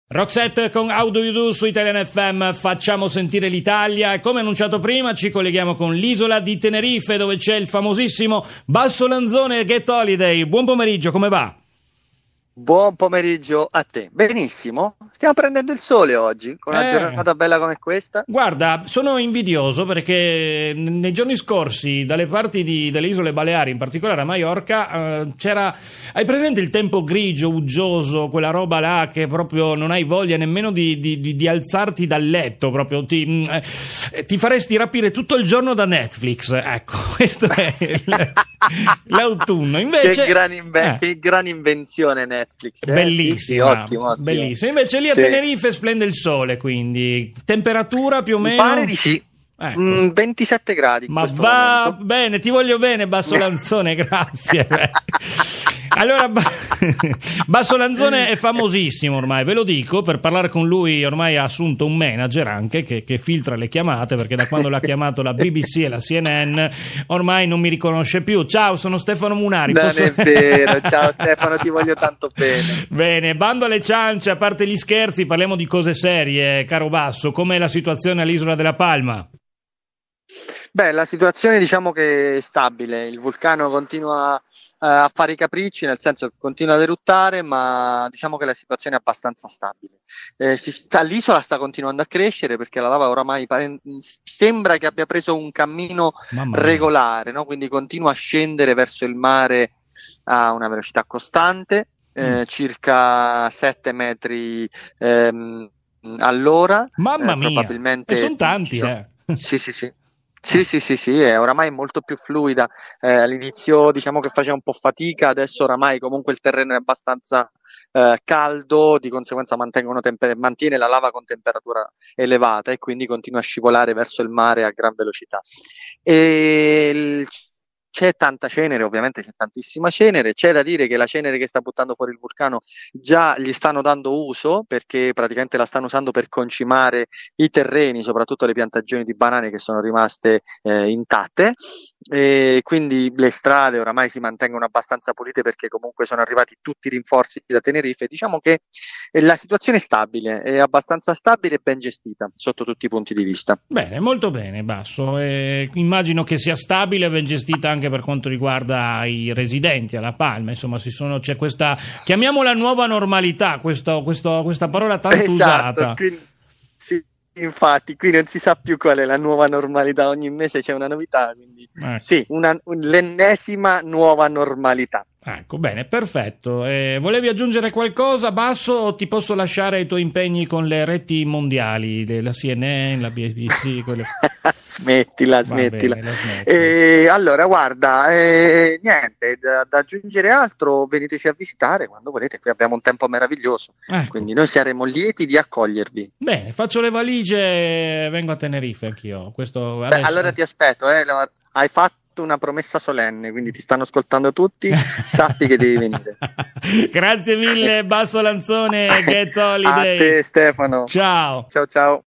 Roxette con How Do You Do su Italian FM, facciamo sentire l'Italia e come annunciato prima ci colleghiamo con l'isola di Tenerife dove c'è il famosissimo Basso Lanzone Get Holiday. Buon pomeriggio, come va? Buon pomeriggio a te. Benissimo, stiamo prendendo il sole oggi, con una giornata bella come questa. Guarda, sono invidioso perché nei giorni scorsi, dalle parti delle isole Baleari, in particolare a Maiorca, c'era, hai presente il tempo grigio, uggioso, quella roba là che proprio non hai voglia nemmeno di alzarti dal letto, proprio ti faresti rapire tutto il giorno da Netflix. Ecco, questo è l'autunno. Invece, che gran invenzione Netflix. Bellissima, sì, ottimo. Bellissima. Invece lì a Tenerife splende il sole, quindi temperatura più o meno? Mi pare di sì. Ecco. 27 gradi. Ma va momento. bene, ti voglio bene, Basso Lanzone, grazie. Allora, Basso Lanzone è famosissimo ormai, ve lo dico, per parlare con lui ormai ha assunto un manager anche che filtra le chiamate, perché da quando l'ha chiamato la BBC e la CNN ormai non mi riconosce più. Ciao, sono Stefano Munari. Non è vero, ciao Stefano, ti voglio tanto bene. Bene, bando alle ciance, a parte gli scherzi, parliamo di cose serie, caro Basso. Com'è la situazione all'Isola della Palma? Beh, la situazione diciamo che è stabile, il vulcano continua a fare i capricci, nel senso che continua ad eruttare, ma diciamo che la situazione è abbastanza stabile. L'isola sta continuando a crescere perché la lava oramai sembra che abbia preso un cammino regolare, no? Quindi continua a scendere verso il mare a una velocità costante, circa 7 metri all'ora. Mamma mia, probabilmente sono tanti, Sì, è oramai molto più fluida. All'inizio diciamo che faceva un po' fatica, adesso oramai comunque il terreno è abbastanza caldo, di conseguenza mantiene la lava con temperatura elevata e quindi continua a scivolare verso il mare a gran velocità. C'è tanta cenere, ovviamente c'è tantissima cenere, c'è da dire che la cenere che sta buttando fuori il vulcano già gli stanno dando uso, perché praticamente la stanno usando per concimare i terreni, soprattutto le piantagioni di banane che sono rimaste intatte, e quindi le strade oramai si mantengono abbastanza pulite perché comunque sono arrivati tutti i rinforzi da Tenerife. Diciamo che la situazione è stabile, è abbastanza stabile e ben gestita sotto tutti i punti di vista. Bene, molto bene, Basso. Immagino che sia stabile e ben gestita anche per quanto riguarda i residenti alla Palma. Insomma, c'è questa, chiamiamola nuova normalità, questa parola tanto usata. Sì, infatti, qui non si sa più qual è la nuova normalità, ogni mese c'è una novità, quindi sì, l'ennesima nuova normalità. Ecco, bene, perfetto. Volevi aggiungere qualcosa, Basso, o ti posso lasciare ai tuoi impegni con le reti mondiali della CNN, la BBC? Smettila. Allora, guarda, niente, da aggiungere altro, veniteci a visitare quando volete, qui abbiamo un tempo meraviglioso, quindi noi saremo lieti di accogliervi. Bene, faccio le valigie e vengo a Tenerife anch'io. Allora ti aspetto, hai fatto una promessa solenne, quindi ti stanno ascoltando tutti, sappi che devi venire. Grazie mille, Basso Lanzone, Get Holiday. A te Stefano. Ciao. Ciao.